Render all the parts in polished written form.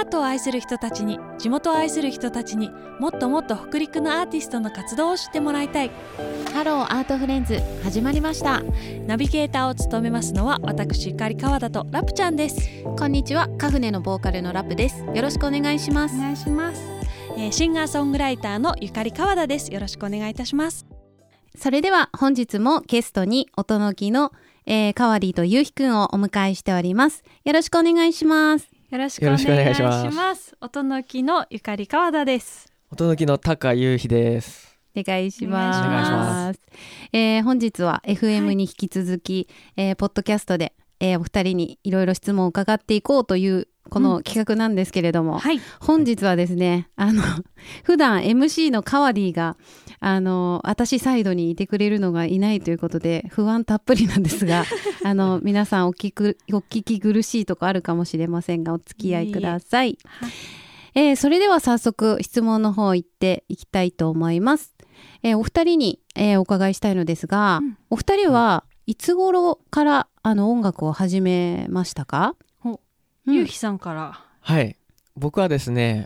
アートを愛する人たちに、地元を愛する人たちにもっともっと北陸のアーティストの活動を知ってもらいたい。 ハローアートフレンズ始まりました。 ナビゲーターを務めますのは私ゆかり川田とラプちゃんです。 こんにちは、カフネのボーカルのラプです。よろしくお願いします。 お願いします。シンガーソングライターのゆかり川田です。よろしくお願いいたします。 それでは本日もゲストに音の木の、カワディとゆうひくんをお迎えしております。よろしくお願いします。 よろしくお願いします。音の木のゆかり川田です。 音の木の高ゆうひです。 お願いします。 お願いします。 本日は FM に引き続き、ポッドキャストで、お二人にいろいろ質問を伺っていこうというこの企画なんですけれども、本日はですね、普段 MC のカワディが私サイドにいてくれるのがいないということで不安たっぷりなんですが皆さんお聞き苦しいとこあるかもしれませんがお付き合いください。それでは早速質問の方行っていきたいと思います。お二人に、お伺いしたいのですが、お二人はいつ頃から音楽を始めましたか？ ゆうひさんから。 はい、僕はですね、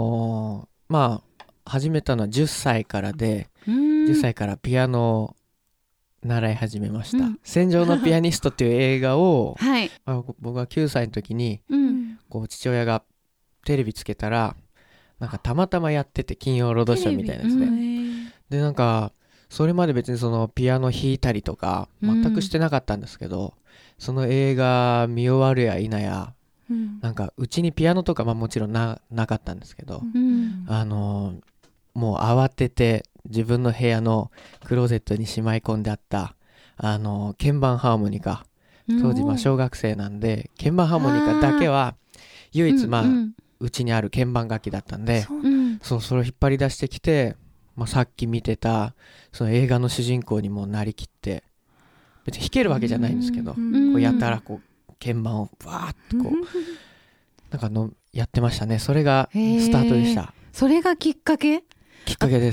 始めたのは10歳からで、10歳からピアノを習い始めました。戦場のピアニストっていう映画を、僕が9歳の時に、こう父親がテレビつけたらなんかたまたまやってて、金曜ロードショーみたいなやつで、でなんかそれまで別にそのピアノ弾いたりとか全くしてなかったんですけど、その映画見終わるや否や、なんかうちにピアノとかもちろん なかったんですけど、もう慌てて自分の部屋のクローゼットにしまい込んであった鍵盤ハーモニカ、当時小学生なんで鍵盤ハーモニカだけは唯一うちにある鍵盤楽器だったんで、それを引っ張り出してきて、さっき見てたその映画の主人公にもなりきって、別に弾けるわけじゃないんですけど、こうやったらこう鍵盤をバーッとこうなんかやってましたね。それがスタートでした。 それがきっかけです。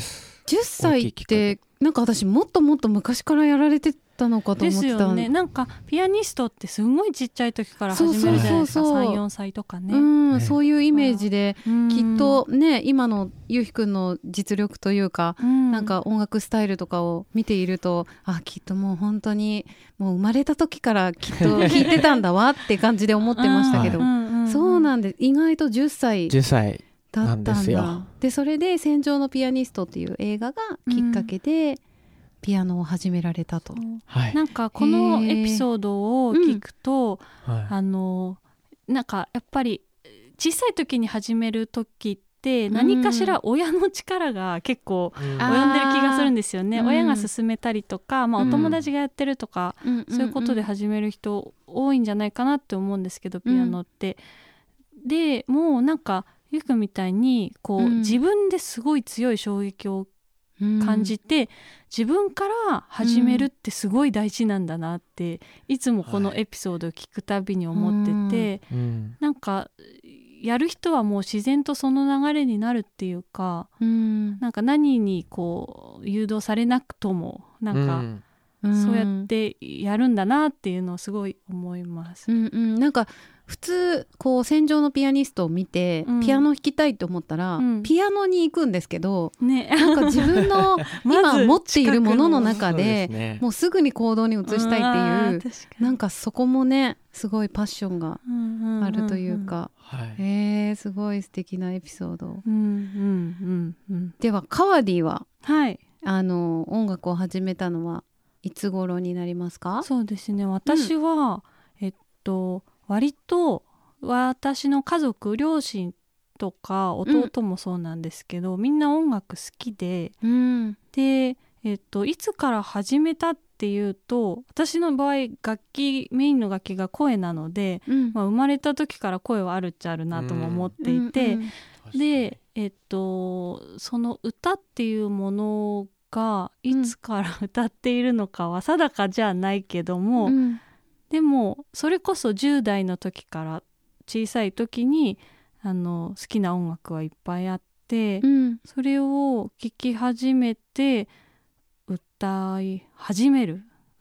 10歳ってなんか私もっともっと昔からやられてたのかと思ってた。 ですよね。なんかピアニストってすごいちっちゃい時から始めるじゃないですか。3、4歳とかね、 そういうイメージで、きっとね今のゆうひくんの実力というか、なんか音楽スタイルとかを見ていると、きっともう本当にもう生まれた時からきっと聴いてたんだわって感じで思ってましたけど、そうなんで、意外と10歳だったんですよ。でそれで戦場のピアニストっていう映画がきっかけで、ピアノを始められたと。 なんかこのエピソードを聞くと、なんかやっぱり小さい時に始める時って何かしら親の力が結構及んでる気がするんですよね。親が勧めたりとか、お友達がやってるとか、そういうことで始める人多いんじゃないかなって思うんですけど、ピアノって。でもうなんかゆうくんみたいにこう、自分ですごい強い衝撃を感じて、自分から始めるってすごい大事なんだなって、いつもこのエピソードを聞くたびに思ってて、なんかやる人はもう自然とその流れになるっていうか、なんか何にこう誘導されなくともなんか、そうやってやるんだなっていうのをすごい思います。 なんか普通こう戦場のピアニストを見て、ピアノ弾きたいと思ったら、ピアノに行くんですけど、なんか自分の今持っているものの中でもうすぐに行動に移したいっていう、なんかそこもねすごいパッションがあるというか、すごい素敵なエピソード。ではカワディは、音楽を始めたのはいつ頃になりますか？ そうですね、私は、割と私の家族、両親とか弟もそうなんですけど、みんな音楽好きで、で、いつから始めたっていうと、私の場合メインの楽器が声なので、生まれた時から声はあるっちゃあるなとも思っていて、で、その歌っていうものがいつから歌っているのかは定かじゃないけども、でもそれこそ10代の時から小さい時に好きな音楽はいっぱいあって、それを聴き始めて歌い始める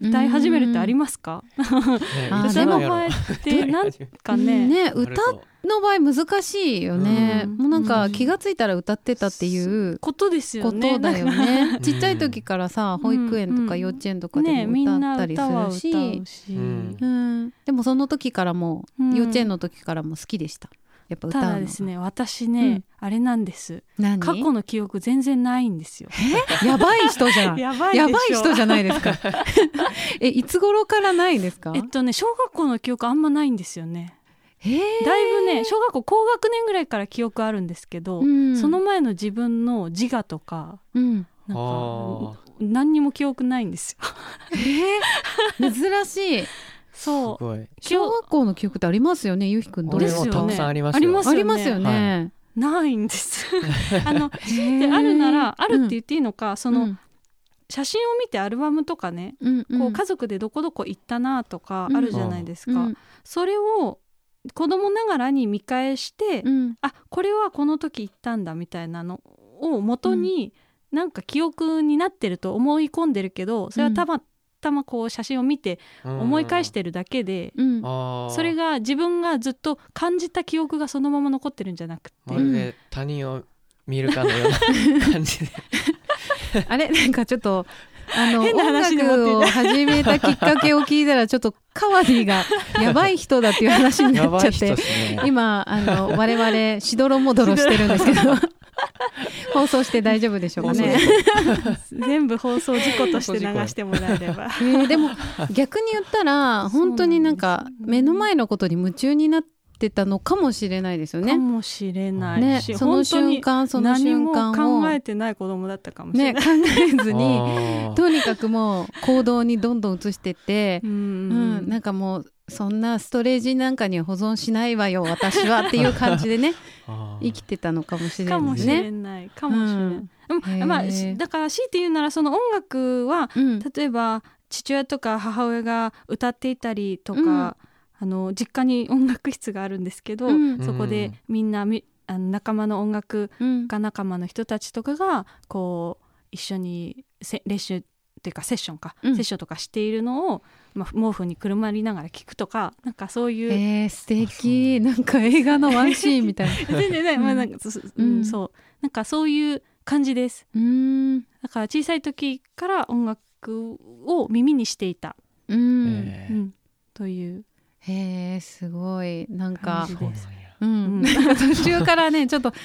歌い始めるってありますか？歌の場合ってなんかね、 歌の場合難しいよね。もうなんか気がついたら歌ってたっていうことですよね。 ことだよね。ちっちゃい時からさ、保育園とか幼稚園とかでも歌ったりするし、でもその時からも幼稚園の時からも好きでした。やっぱ歌うの。 ただですね、私ね、あれなんです。過去の記憶全然ないんですよ。 やばい人じゃん。やばい人じゃないですか。いつ頃からないですか？ 小学校の記憶あんまないんですよね。だいぶね、小学校高学年ぐらいから記憶あるんですけど、その前の自分の自我とか、なんか何にも記憶ないんですよ。珍しい。 そう。 小学校の記憶ってありますよね、ゆうひくん。 どうですよね。たくさんありますよ。ありますよね。 ないんです。であるなら、あるって言っていいのか、その写真を見てアルバムとかね、こう家族でどこどこ行ったなとかあるじゃないですか。それを子供ながらに見返して、あ、これはこの時行ったんだみたいなのを元に、なんか記憶になってると思い込んでるけど、それはたまたまこう写真を見て思い返してるだけで、それが自分がずっと感じた記憶がそのまま残ってるんじゃなくて、 まるで他人を見るかのような感じであれ、なんかちょっと音楽を始めたきっかけを聞いたらちょっとカワディがやばい人だっていう話になっちゃって、今我々しどろもどろしてるんですけど放送して大丈夫でしょうかね。 全部放送事故として流してもらえればでも逆に言ったら本当になんか目の前のことに夢中になってたのかもしれないですよね。 かもしれないし、 その瞬間を何も考えてない子供だったかもしれない、 考えずにとにかくもう行動にどんどん移してって、なんかもうそんなストレージなんかには保存しないわよ私はっていう感じでね生きてたのかもしれないですね。 かもしれないかもしれない、だから強いて言うならその音楽は、例えば父親とか母親が歌っていたりとか、実家に音楽室があるんですけど、そこでみんな仲間の音楽家仲間の人たちとかがこう一緒に練習っていうかセッションとかしているのを、毛布にくるまりながら聞くとか、なんかそういう素敵、なんか映画のワンシーンみたいな全然ね、なんかそうなんかそういう感じです。だから小さい時から音楽を耳にしていた、というすごいなんかなんか途中からねちょっと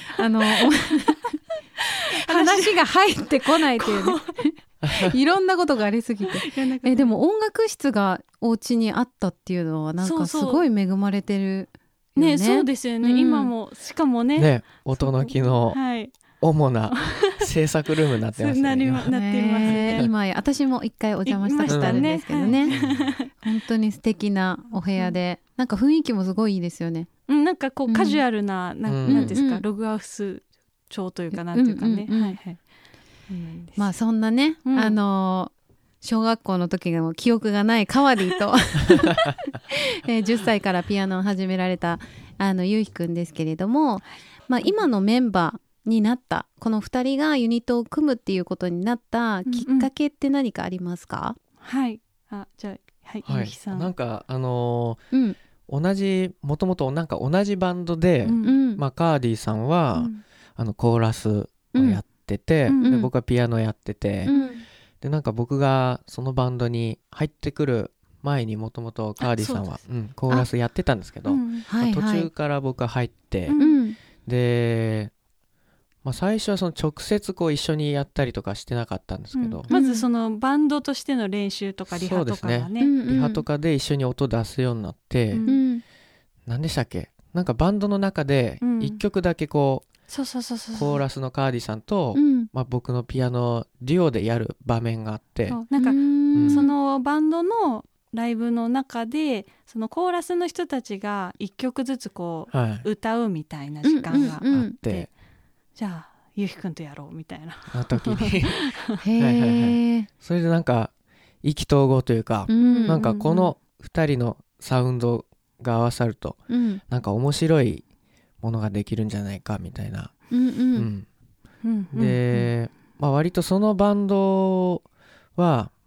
話が入ってこないというねいろんなことがありすぎてでも音楽室がお家にあったっていうのはなんかすごい恵まれてるよね。 そうですよね、今もしかもね音の木の主な制作ルームになってますね。 なってますね。 今や私も一回お邪魔したことあるんですけどね、本当に素敵なお部屋で、なんか雰囲気もすごいいいですよね。 なんかこうカジュアルな、なんですか、ログハウス調というかなんていうかね、まあそんなね、小学校の時の記憶がないカワディと10歳からピアノを始められたゆうひくんですけれども、今のメンバーになったこの2人がユニットを組むっていうことになったきっかけって何かありますか？ じゃあゆうひさん。 なんかもともとなんか同じバンドで、カーディさんは、コーラスをやってて、で僕はピアノやってて、でなんか僕がそのバンドに入ってくる前にもともとカーディさんは、コーラスやってたんですけど、途中から僕は入って、で最初はその直接こう一緒にやったりとかしてなかったんですけど、 まずそのバンドとしての練習とかリハとかがね、 リハとかで一緒に音出すようになって、何でしたっけ、なんかバンドの中で一曲だけこう、コーラスのカーディさんと、僕のピアノデュオでやる場面があって、 なんかそのバンドのライブの中でそのコーラスの人たちが一曲ずつこう、歌うみたいな時間があって、じゃあゆうひくんとやろうみたいな時にそれでなんか意気投合というか、なんかこの2人のサウンドが合わさると、なんか面白いものができるんじゃないかみたいな、で、割とそのバンドは、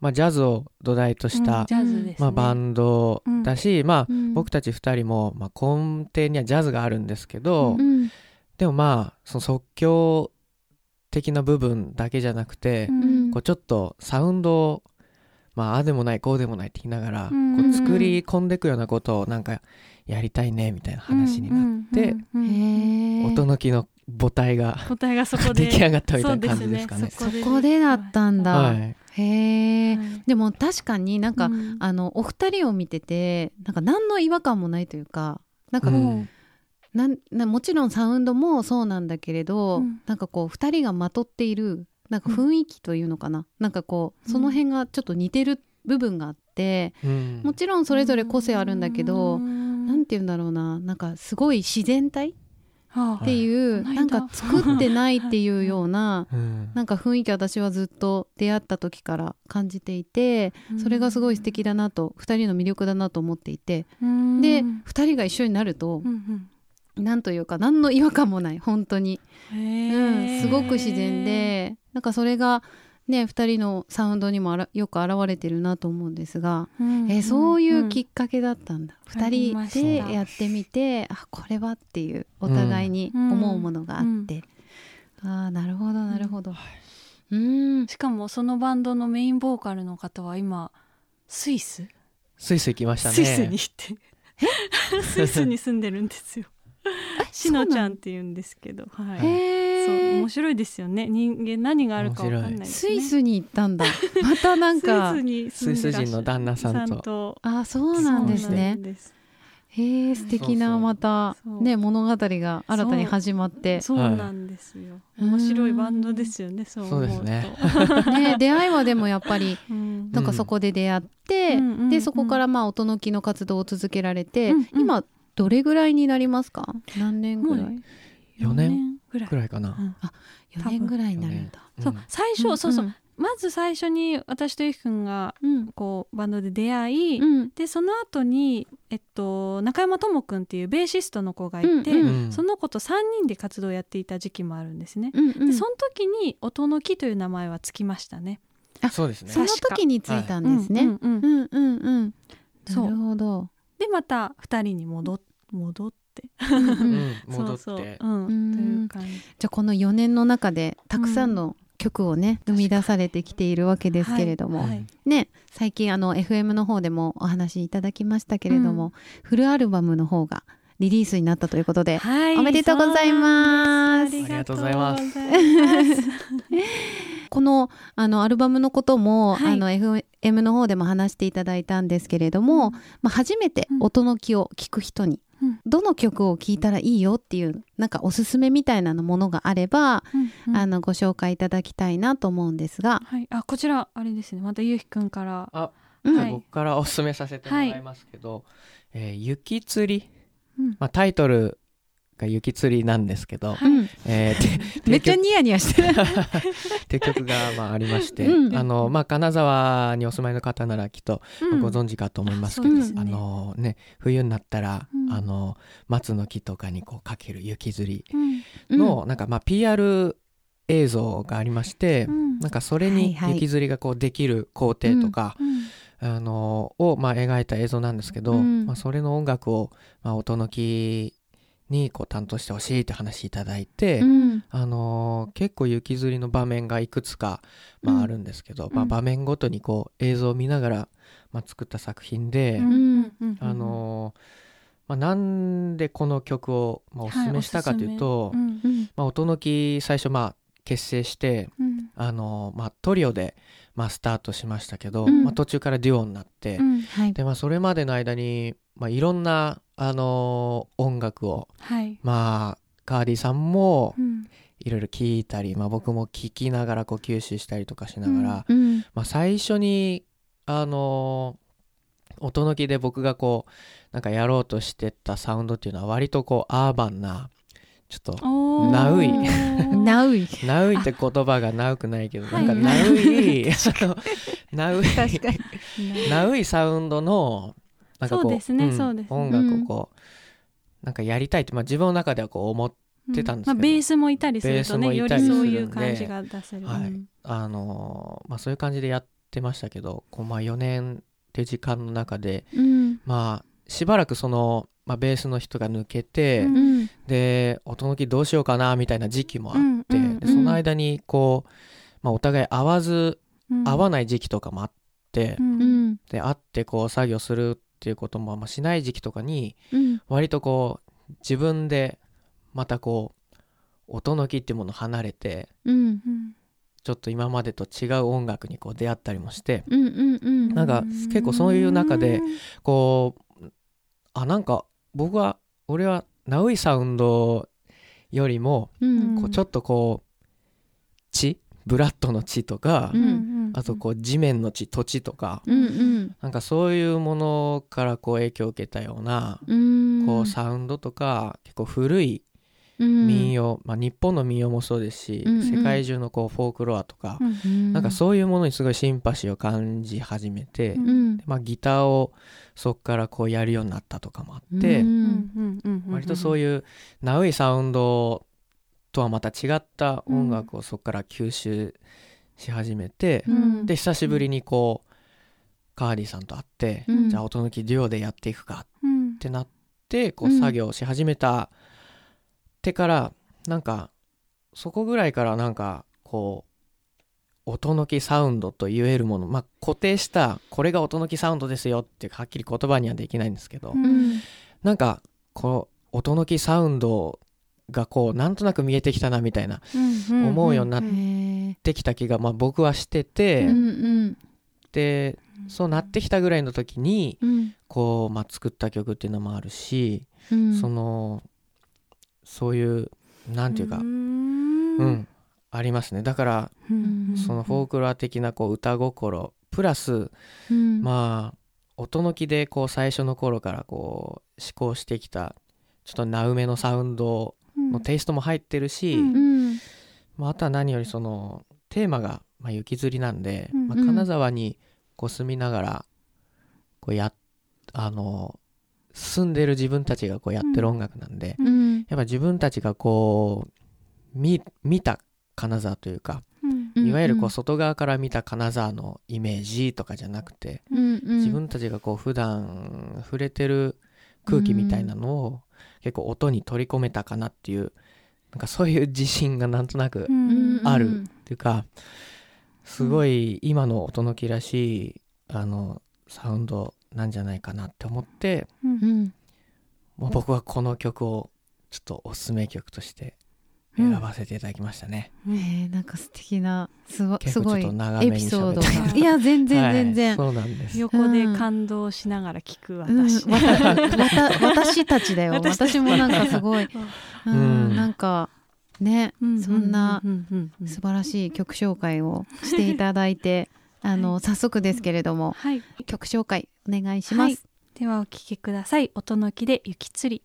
ジャズを土台とした、バンドだし、僕たち2人も、根底にはジャズがあるんですけど、でもその即興的な部分だけじゃなくて、こうちょっとサウンドをああでもないこうでもないって言いながら、こう作り込んでいくようなことをなんかやりたいねみたいな話になって、音の木の母体がそこで出来上がったみたいな感じですかね。 そこでだったんだ、はい、へえ、でも確かになんか、お二人を見ててなんか何の違和感もないというか、なんかもちろんサウンドもそうなんだけれど、なんかこう二人がまとっているなんか雰囲気というのかな、なんかこうその辺がちょっと似てる部分があって、もちろんそれぞれ個性あるんだけど、なんて言うんだろうな、なんかすごい自然体っていう、なんか作ってないっていうようななんか雰囲気、私はずっと出会った時から感じていて、それがすごい素敵だなと、2人の魅力だなと思っていて、で2人が一緒になると、なんというか何の違和感もない、本当に、すごく自然で、なんかそれがね2人のサウンドにもよく現れてるなと思うんですが、そういうきっかけだったんだ、2人でやってみて、これはっていうお互いに思うものがあって、なるほどなるほど、 しかもそのバンドのメインボーカルの方は今スイス行きましたね。 スイスに行ってスイスに住んでるんですよ。しのちゃんって言うんですけど、はい、そう面白いですよね。人間何があるか分かんないですね。 スイスに行ったんだ。またなんかスイス人の旦那さんと。 そうなんですね。素敵なまたね物語が新たに始まって、 そうなんですよ。面白いバンドですよね。そうですね。 出会いはでもやっぱりなんかそこで出会って、でそこから音の木の活動を続けられて、今どれぐらいになりますか？何年ぐらい ？4年ぐらいかな。 4年ぐらいになるんだ。 最初まず最初に私とゆきくんがこうバンドで出会い、でその後に中山智くんっていうベーシストの子がいて、その子と3人で活動をやっていた時期もあるんですね。でその時に音の木という名前はつきましたね。 そうですね。 その時についたんですね。なるほど。 でまた2人に戻って戻ってという感じ。じゃあこの4年の中でたくさんの曲をね、生み出されてきているわけですけれども、ね、最近FM の方でもお話いただきましたけれども、フルアルバムの方がリリースになったということで、おめでとうございます。 ありがとうございます。 このアルバムのことも、FM の方でも話していただいたんですけれども、初めて音の木を聴く人に、どの曲を聴いたらいいよっていうなんかおすすめみたいなものがあれば、ご紹介いただきたいなと思うんですが、 こちらあれですね、またゆうひくんから僕からおすすめさせてもらいますけど、雪吊り、タイトルが雪吊りなんですけど、 めっちゃニヤニヤしてるって曲がありまして、金沢にお住まいの方ならきっとご存知かと思いますけど、冬になったら松の木とかにこうかける雪吊りのなんかPR 映像がありまして、なんかそれに雪吊りがこうできる工程とかを描いた映像なんですけど、それの音楽を音の木にこう担当してほしいって話いただいて、結構雪吊りの場面がいくつか、あるんですけど、場面ごとにこう映像を見ながら、作った作品で、なんでこの曲を、おすすめしたかというと、音の木最初結成して、トリオで、スタートしましたけど、途中からデュオになって、でそれまでの間に、いろんな音楽を、カーディさんもいろいろ聴いたり、僕も聴きながらこう吸収したりとかしながら、最初に音の木で僕がこうなんかやろうとしてたサウンドっていうのは割とこうアーバンなちょっとナウイナウイって言葉がナウくないけど、なんかナウイナウイサウンドのなんかこう音楽をこうなんかやりたいって、自分の中ではこう思ってたんですけど、 ベースもいたりするとね、よりそういう感じが出せる。 そういう感じでやっってましたけど、こう4年っていう時間の中で、しばらくその、ベースの人が抜けて、で音抜きどうしようかなみたいな時期もあって、でその間にこう、お互い合わない時期とかもあって、で会ってこう作業するっていうこともしない時期とかに、割とこう自分でまたこう音抜きっていうものを離れて、ちょっと今までと違う音楽にこう出会ったりもして、なんか結構そういう中でこうなんか俺はナウイサウンドよりもこうちょっとこうブラッドの地とか、あとこう地面の地、土地とか、なんかそういうものからこう影響を受けたようなこうサウンドとか、結構古い民謡、日本の民謡もそうですし、世界中のこうフォークロアとか、なんかそういうものにすごいシンパシーを感じ始めて、ギターをそこからこうやるようになったとかもあって、割とそういうナウイサウンドとはまた違った音楽をそこから吸収し始めて、で久しぶりにこうカーディさんと会って、じゃあ音抜きデュオでやっていくかってなって、こう作業し始めたってから、なんかそこぐらいからなんかこう音抜きサウンドと言えるもの、固定したこれが音抜きサウンドですよってはっきり言葉にはできないんですけど、なんかこう音抜きサウンドがこうなんとなく見えてきたなみたいな、思うようになってきた気が、僕はしてて、でそうなってきたぐらいの時に、こう、作った曲っていうのもあるし、そういうなんていうか、ありますね。だから、そのフォークロア的なこう歌心プラス、音抜きでこう最初の頃からこう思考してきたちょっとナウめのサウンドのテイストも入ってるし、あとは何よりそのテーマが雪吊りなんで、金沢にこう住みながらこう住んでる自分たちがこうやってる音楽なんで、やっぱ自分たちがこう見た金沢というか、いわゆるこう外側から見た金沢のイメージとかじゃなくて、自分たちがこう普段触れてる空気みたいなのを結構音に取り込めたかなっていう、なんかそういう自信がなんとなくあるっていうか、すごい今の音抜きらしいサウンドなんじゃないかなって思って、もう僕はこの曲をちょっとおすすめ曲として選ばせていただきましたね。 なんか素敵なすごいエピソードがいや全然、 そうなんです。 横で感動しながら聞く私たちだよ。私もなんかすごい、なんかね、そんな素晴らしい曲紹介をしていただいて、早速ですけれども、曲紹介お願いします。 ではお聴きください。音抜きで雪吊り。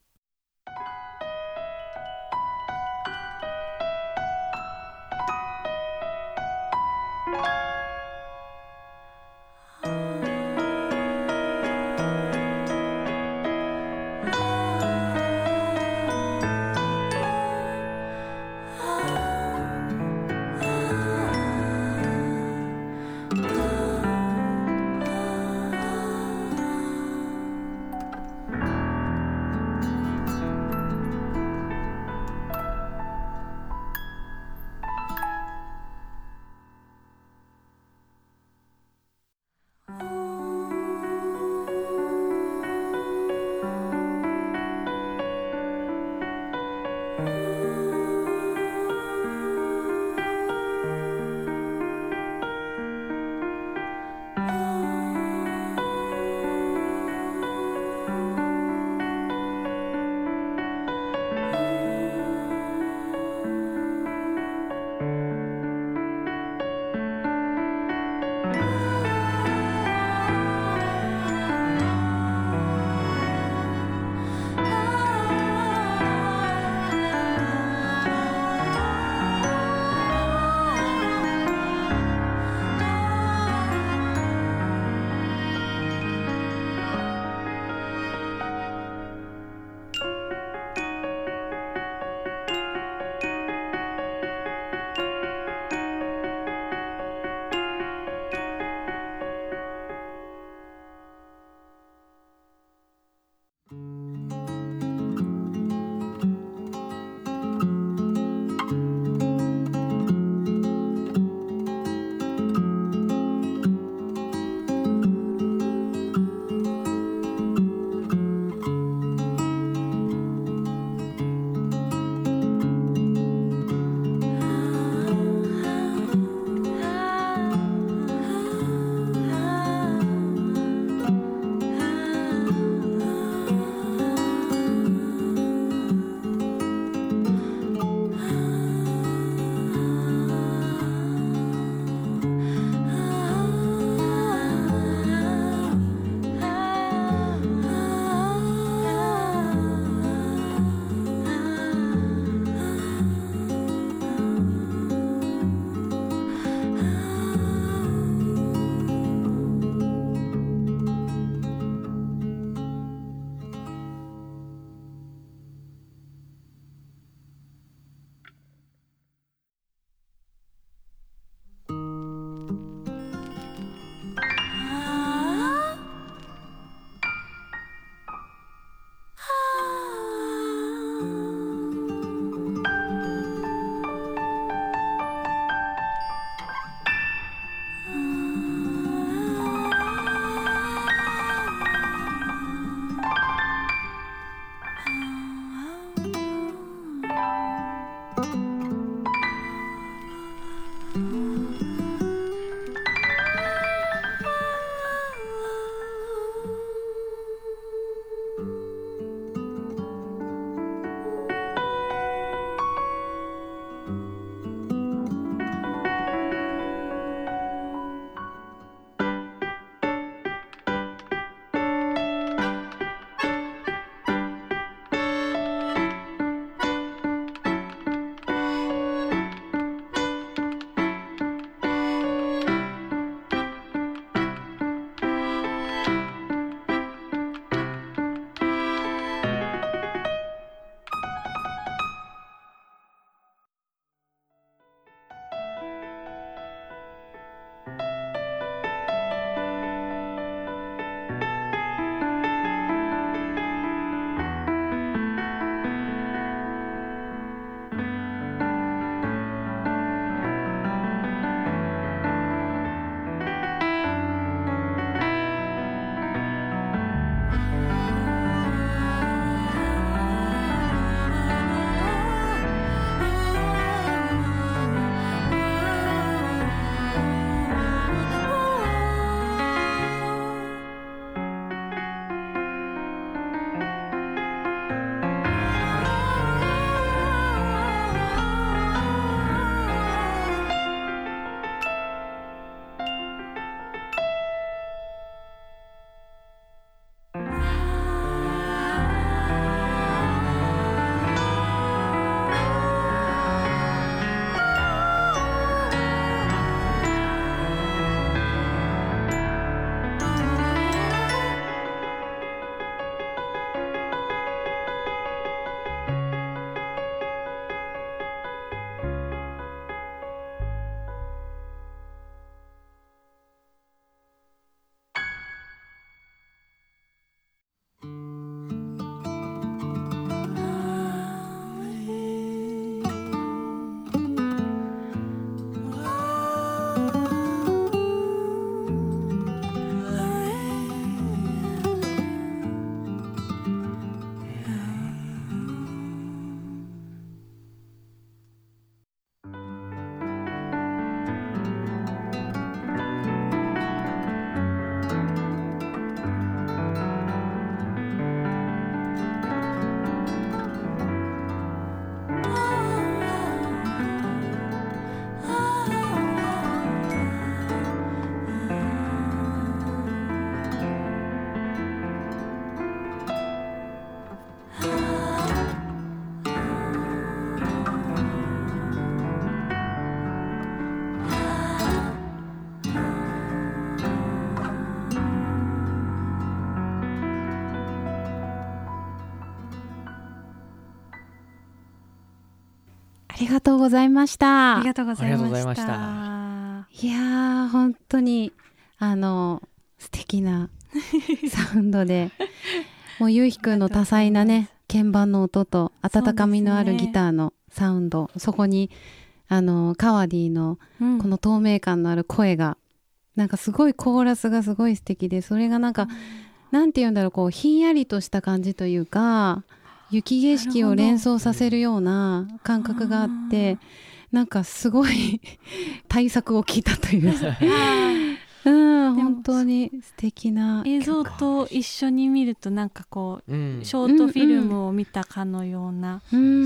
りがとうございました。 ありがとうございました。 いやー本当に素敵なサウンドでもうゆうひくんの多彩なね鍵盤の音と温かみのあるギターのサウンド、 そこにカワディのこの透明感のある声が、なんかすごいコーラスがすごい素敵で、それがなんか、なんて言うんだろう、こうひんやりとした感じというか雪景色を連想させるような感覚があって、なんかすごい対策を聞いたという本当に素敵な映像と一緒に見るとなんかこう、ショートフィルムを見たかのような、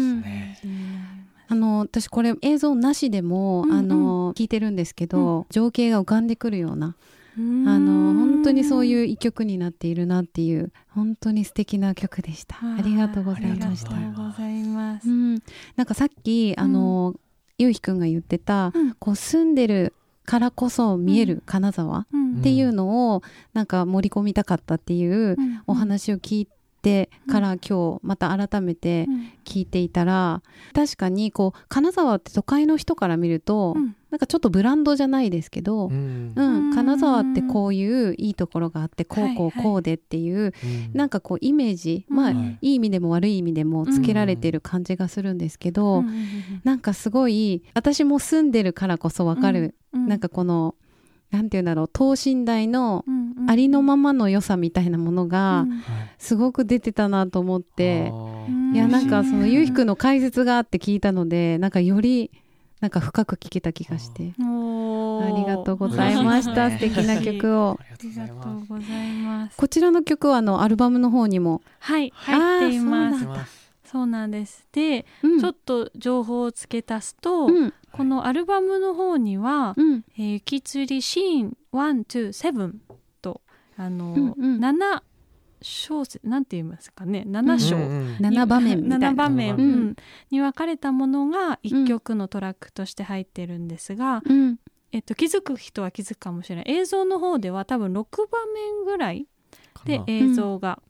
私これ映像なしでも、聞いてるんですけど、情景が浮かんでくるような本当にそういう一曲になっているなっていう本当に素敵な曲でした。ありがとうございました。 ありがとうございます。 なんかさっきゆうひくんが言ってた、こう住んでるからこそ見える金沢っていうのをなんか盛り込みたかったっていうお話を聞いてから今日また改めて聞いていたら、確かにこう金沢って都会の人から見るとなんかちょっとブランドじゃないですけど、金沢ってこういういいところがあってこうこうでっていう、なんかこうイメージ、まあいい意味でも悪い意味でもつけられてる感じがするんですけど、なんかすごい私も住んでるからこそわかる、なんかこのなんていうんだろう、等身大のありのままの良さみたいなものがすごく出てたなと思って、いやなんかそのゆうひくんの解説があって聞いたので、なんかよりなんか深く聞けた気がして、ありがとうございました素敵な曲を。 ありがとうございます。 こちらの曲はアルバムの方にも入っています。そうなんです。で、ちょっと情報を付け足すと、このアルバムの方には、雪吊りシーン1、2、7と7小節、なんて言いますかね、7章、 7場面みたいな 7場面、に分かれたものが1曲のトラックとして入ってるんですが、気づく人は気づくかもしれない。映像の方では多分6場面ぐらいで映像が、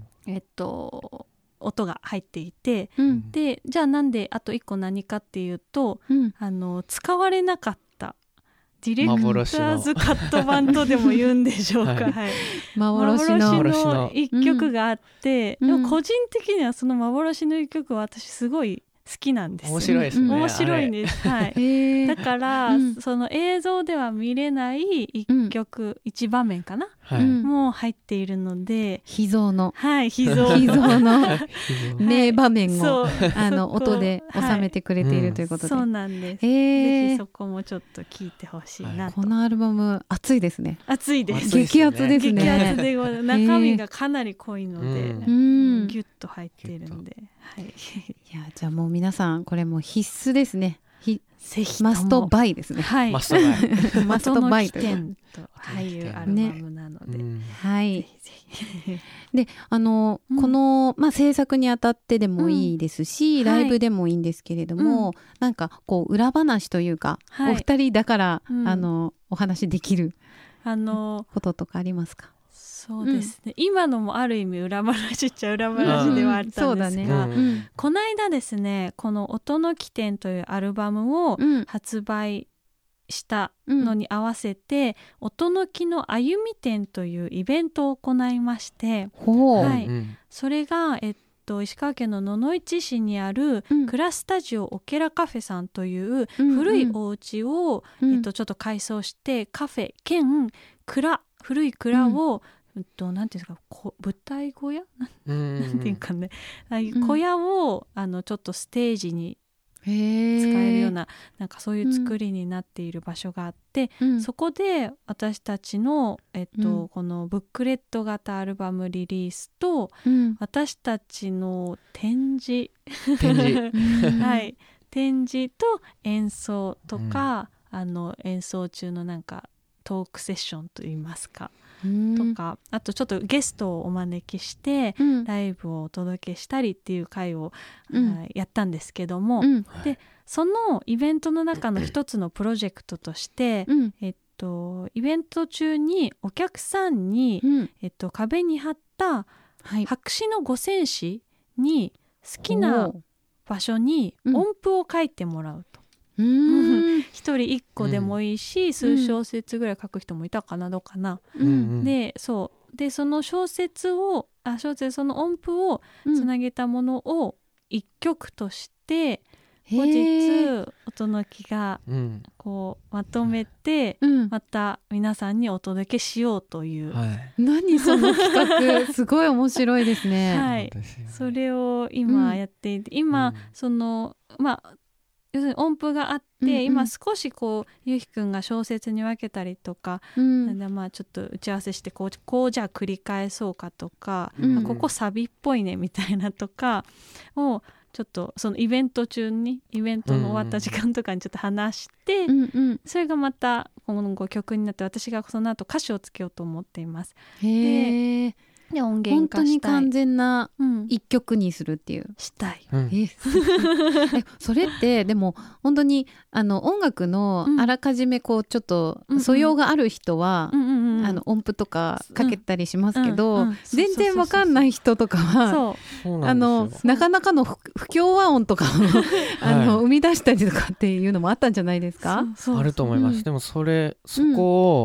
音が入っていて、でじゃあなんであと1個何かっていうと、使われなかったディレクターズカット版とでも言うんでしょうか、幻の1曲があって、でも個人的にはその幻の1曲は私すごい好きなんです。 面白いですね。 面白いんです。はい。だから、その映像では見れない一曲、一場面かな、もう入っているので、 秘蔵の秘蔵の名場面を音で収めてくれているということで、 そうなんです。ぜひそこもちょっと聞いてほしいなと。 このアルバム熱いですね。 熱いです。 激アツですね。 激アツで中身がかなり濃いので、ギュッと入っているんで、いやじゃあもう皆さんこれもう必須ですね。マストバイですね。 マストバイ。 マストバイというアルバムなので、 はい。でこの制作にあたってでもいいですし、ライブでもいいんですけれども、なんかこう裏話というか、お二人だからお話できることとかありますか？ そうですね、今のもある意味裏話っちゃ裏話ではあったんですが、この間ですね、この音の起点というアルバムを発売したのに合わせて、音の木の歩み展というイベントを行いまして、それが石川県の野々市市にあるクラスタジオオケラカフェさんという古いお家をちょっと改装してカフェ兼古い蔵をなんていうんですか、舞台小屋なんていうかね、小屋をちょっとステージに使えるような、なんかそういう作りになっている場所があって、そこで私たちの、このブックレット型アルバムリリースと、私たちの展示展示と演奏とか、演奏中のなんかトークセッションといいますか、とか、あとちょっとゲストをお招きしてライブをお届けしたりっていう会を、やったんですけども、でそのイベントの中の一つのプロジェクトとして、イベント中にお客さんに、壁に貼った白紙の五線紙に好きな場所に音符を書いてもらうと。一人一個でもいいし、数小節ぐらい書く人もいたかな、どうかな。でその小説その音符をつなげたものを一曲として後日音の木がこうまとめて、また皆さんにお届けしようという、 何その企画すごい面白いですね。 はい、それを今やっていて、今その要するに音符があって、今少しこうゆうひくんが小説に分けたりとか、ちょっと打ち合わせしてこうじゃあ繰り返そうかとか、ここサビっぽいねみたいなとかをちょっとそのイベント中にイベントの終わった時間とかにちょっと話して、それがまた今後曲になって、私がその後歌詞をつけようと思っています。で音源化したい。本当に完全な一曲にするっていう、 したい。 それってでも本当に音楽のあらかじめこうちょっと素養がある人は音符とかかけたりしますけど、全然わかんない人とかはなかなかの不協和音とかを生み出したりとかっていうのもあったんじゃないですか？ あると思います。でもそこを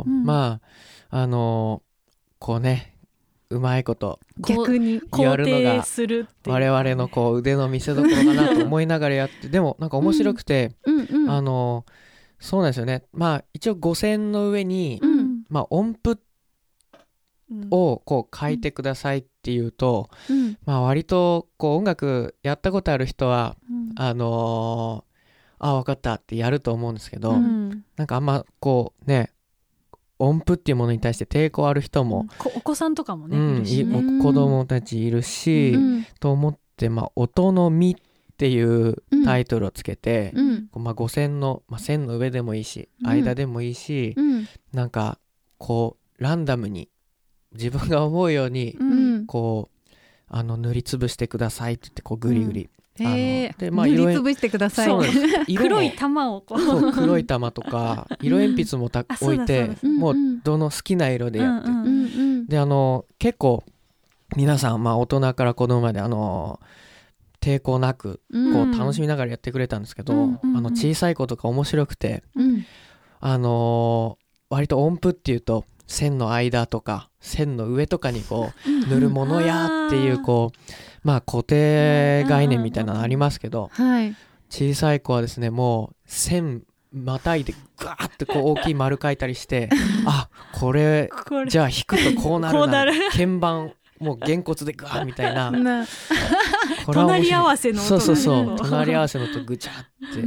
こうね、うまいこと逆にやるのが我々のこう腕の見せ所だなと思いながらやってでもなんか面白くて、そうなんですよね。一応五線の上に、音符をこう書いてくださいっていうと、割とこう音楽やったことある人は、分かったってやると思うんですけど、なんかあんまこうね、音符っていうものに対して抵抗ある人も、 お子さんとかもね、いるしね、 子供たちいるし、と思って、音の実っていうタイトルをつけて、五線の、線の上でもいいし、間でもいいし、なんかこうランダムに自分が思うように、こう塗りつぶしてくださいって言って、こうグリグリ、 で塗りつぶしてください。 黒い玉を黒い玉とか色鉛筆も置いて、もうどの好きな色でやって、で結構皆さん、大人から子供まで抵抗なくこう楽しみながらやってくれたんですけど、小さい子とか面白くて、割と音符っていうと線の間とか線の上とかにこう塗るものやっていうこう固定概念みたいなのありますけど、小さい子はですね、もう線またいでガーってこう大きい丸書いたりしてこれじゃあ弾くとこうなるな、鍵盤もうげんこつでガーみたいな隣り合わせの音、 隣り合わせの音ぐちゃって、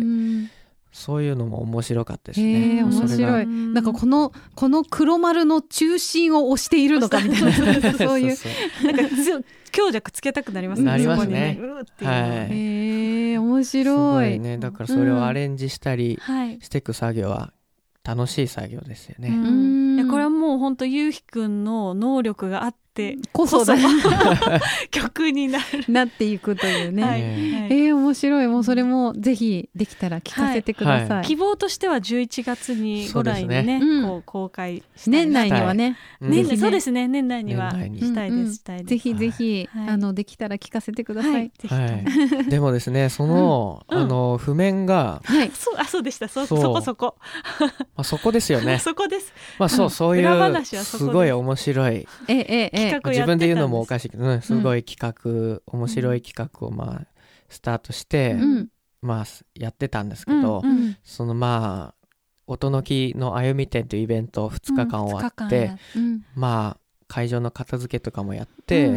そういうのも面白かったですね。 面白い。なんかこの黒丸の中心を押しているのかみたいなそういうなんか強弱つけたくなりますね。 なりますね。 面白い。 すごいね。だからそれをアレンジしたりしていく作業は楽しい作業ですよね。 いやこれはもう本当ゆうひくんの能力があってこそだ曲になっていくというね。面白い。もうそれもぜひできたら聞かせてください。 希望としては11月にぐらいにね、こう公開したい。 年内にはね。 そうですね。年内にはしたいです。 ぜひぜひできたら聞かせてください。 でもですね、その譜面がそうでした。そこそこですよね。 そこです。 そういうすごい面白い自分で言うのもおかしいけど、すごい企画、面白い企画をスタートして、やってたんですけど、その音の木の歩み展というイベント2日間終わって、会場の片付けとかもやって、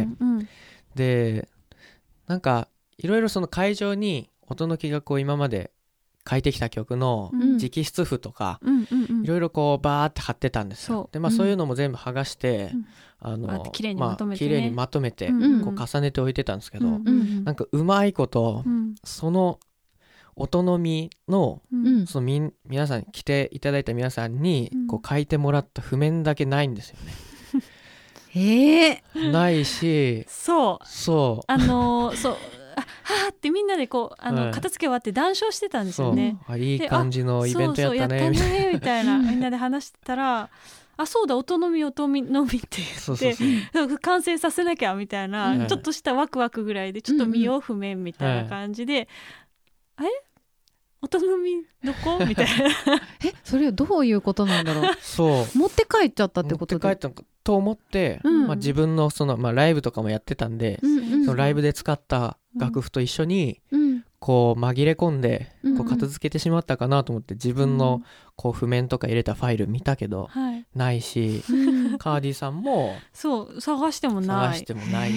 でなんかいろいろその会場に音の木がこう今まで書いてきた曲の直筆譜とかいろいろこうバーって貼ってたんですよ。でそういうのも全部剥がして綺麗にまとめてこう重ねておいてたんですけど、なんかうまいことその音の実のその皆さん来ていただいた皆さんにこう書いてもらった譜面だけないんですよね。ないし、そうはってみんなでこう片付け終わって談笑してたんですよね。 いい感じのイベントやったねみたいなみんなで話してたらそうだ音のみって言って完成させなきゃみたいな、ちょっとしたワクワクぐらいでちょっと見よう譜面みたいな感じで、音のみどこみたいなそれはどういうことなんだろう。 そう持って帰っちゃったってことで。 持って帰ったと思って、自分のその、ライブとかもやってたんで、そのライブで使った楽譜と一緒に、こう紛れ込んでこう片付けてしまったかなと思って、自分のこう譜面とか入れたファイル見たけど、ないし、カーディさんもそう探してもないし、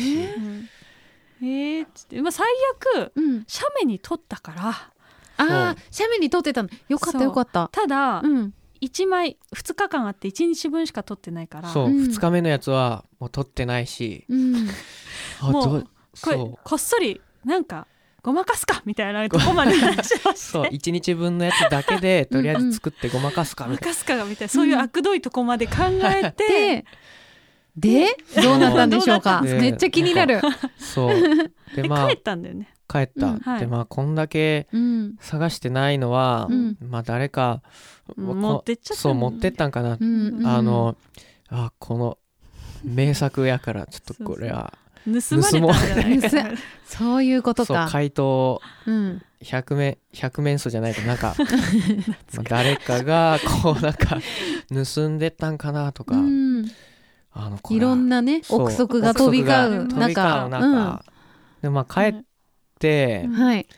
つって、最悪、写メに撮ったから写メに撮ってたのよかったよかった。 ただ、1枚2日間あって1日分しか撮ってないから、 そう、2日目のやつはもう撮ってないし、 もうこれこっそりなんかごまかすかみたいなとこまで話をしてそう1日分のやつだけでとりあえず作ってごまかすかみたいな、 そういう悪どいとこまで考えて、 でどうなったんでしょうか。めっちゃ気になる。 そうで帰ったんだよね。 帰った、でこんだけ探してないのは、誰か持ってっちゃった、 そう持ってったんかな、この名作やからちょっとこれは盗まれたんじゃないかなそういうことか。 そう回答100面相じゃないけどなんか誰かがこうなんか盗んでったんかなとか、 いろんなね憶測が飛び交う中、 で帰って、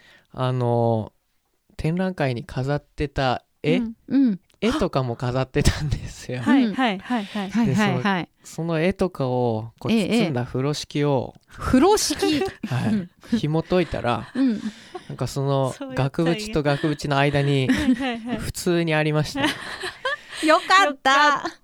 展覧会に飾ってた絵とかも飾ってたんですよ。その絵とかをこう包んだ風呂敷を紐解いたら、なんかその額縁と額縁の間に普通にありました。 よかった。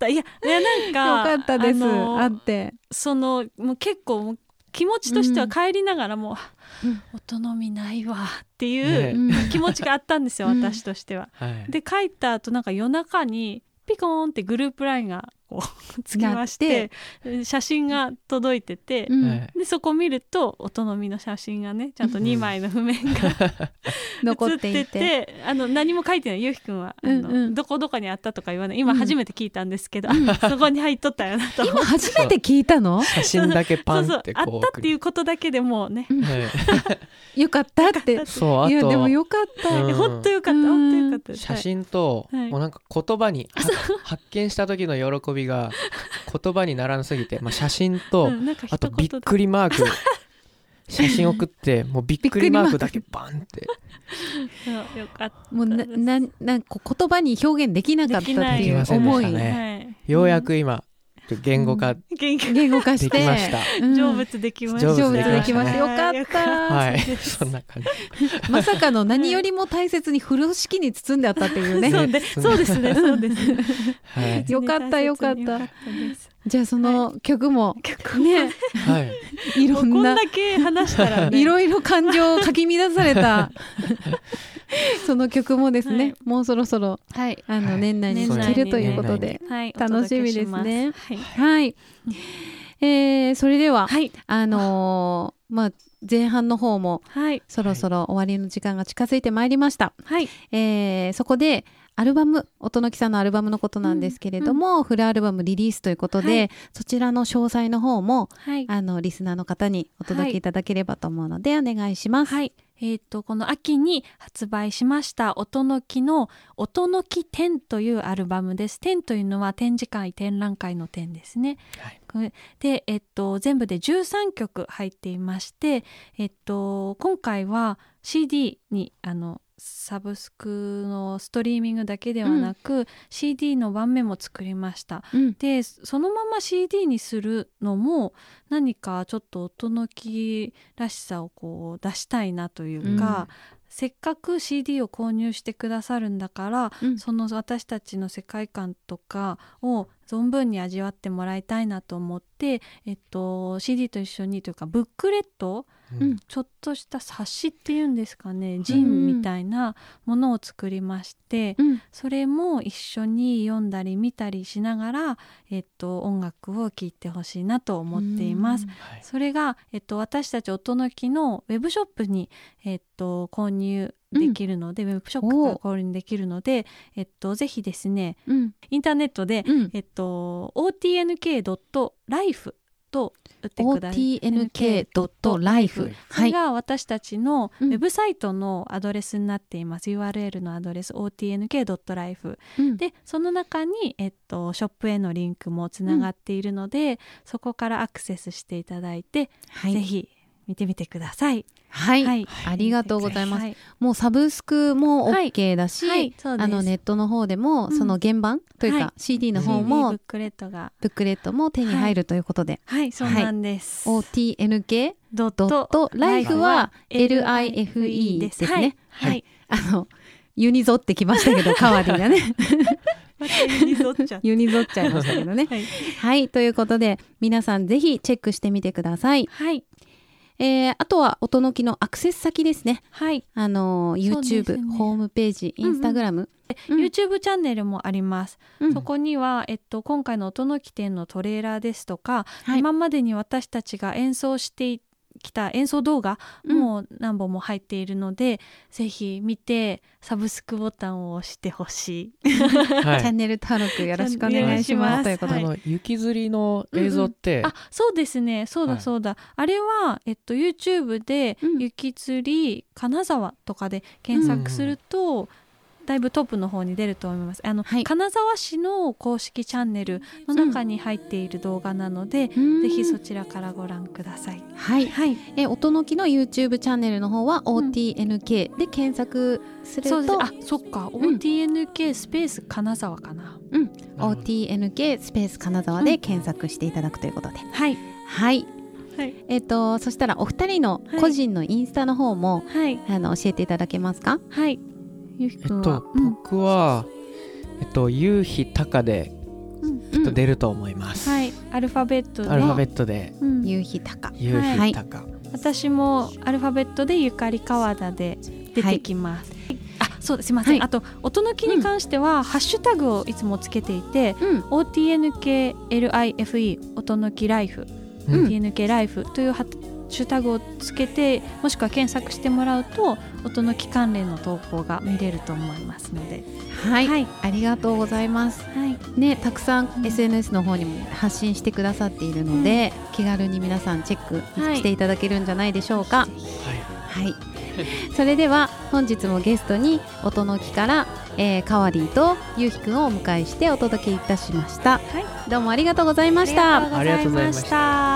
いやなんかよかったです。あってそのもう結構気持ちとしては帰りながらも音のみないわっていう気持ちがあったんですよ、私としては。で帰った後なんか夜中にピコーンってグループラインがこうつきまして、写真が届いてて、でそこ見ると音のみの写真がねちゃんと2枚の譜面が残っていて、 何も書いてない。ゆうひくんはどこどこにあったとか言わない。今初めて聞いたんですけど、そこに入っとったよなと。 今初めて聞いたの？ 写真だけパンってこうあったっていうことだけでもうね、 よかったって。 そう、あといやでもよかった。 本当よかった、本当よかった。 写真ともうなんか言葉に発見した時の喜びが言葉にならなすぎて、写真とあとびっくりマーク写真送ってもうびっくりマークだけバンってよかった。 もうなんか言葉に表現できなかったっていう思い、 ようやく今言語化してできました。 成仏できました。 よかった。 はい、そんな感じ。 まさかの何よりも大切に風呂敷に包んであったっていうね。 そうですね。 よかったよかった。じゃあその曲もね、いろんなこんだけ話したらいろいろ感情をかき乱されたその曲もですね、もうそろそろ年内に聴けるということで楽しみですね。はい。それでは前半の方もそろそろ終わりの時間が近づいてまいりました。そこでアルバム、音の木さんのアルバムのことなんですけれども、フルアルバムリリースということで、そちらの詳細の方も、リスナーの方にお届けいただければと思うのでお願いします。 この秋に発売しました音の木の音の木展というアルバムです。展というのは展示会、展覧会の展ですね。で、全部で13曲入っていまして、今回は CD にサブスクのストリーミングだけではなく、CD の盤面も作りました。でそのまま CD にするのも何かちょっと音の木らしさをこう出したいなというか、せっかく CD を購入してくださるんだから、その私たちの世界観とかを存分に味わってもらいたいなと思って、CD と一緒にというかブックレットちょっとした冊子っていうんですかね、ジンみたいなものを作りまして、それも一緒に読んだり見たりしながら、音楽を聴いてほしいなと思っています。それが、私たち音の木のウェブショップに、購入できるので、ウェブショップから購入できるので、ぜひですね、インターネットで、otnk.life と打ってください。 otnk.life、 それが私たちのウェブサイトのアドレスになっています。URL のアドレス otnk.life、でその中に、ショップへのリンクもつながっているので、そこからアクセスしていただいて、ぜひ見てみてください。 はい、ありがとうございます。もうサブスクも OK だし、ネットの方でもその原版というか CD の方も、 ブックレットも手に入るということで、 そうなんです。 otnk.life は LIFE ですね。ユニゾってきましたけど、カワディがねユニゾっちゃいましたけどね。はい、ということで皆さんぜひチェックしてみてください。あとは音の木のアクセス先ですね。YouTube、ホームページ、インスタグラム、 YouTube チャンネルもあります。そこには、今回の音の木展のトレーラーですとか、今までに私たちが演奏してきた演奏動画も何本も入っているので、ぜひ見てサブスクボタンを押してほしい。チャンネル登録よろしくお願いします。ということで、 雪吊りの映像って、 そうですね、そうだ、あれは、YouTube で雪吊り金沢とかで検索すると、だいぶトップの方に出ると思います。金沢市の公式チャンネルの中に入っている動画なので、ぜひそちらからご覧ください。 音の木の YouTube チャンネルの方は OTNK で検索すると、 そっか、OTNK スペース金沢かな。 OTNK スペース金沢で検索していただくということで、そしたらお二人の個人のインスタの方も、教えていただけますか？ 僕は、夕日高で出ると思います。 アルファベットで夕日高。 私もアルファベットでゆかり川田で出てきます。そうです、すいません。あと音の木に関しては、ハッシュタグをいつもつけていて、OTNKLIFE 音の木ライフ、OTNK ライフというハッシュタグをつけて、もしくは検索してもらうと音の木関連の投稿が見れると思いますので、 ありがとうございます。たくさん SNS の方にも発信してくださっているので、気軽に皆さんチェックしていただけるんじゃないでしょうか。それでは本日もゲストに音の木から、カワディとゆうひくんをお迎えしてお届けいたしました。どうもありがとうございました。 ありがとうございました。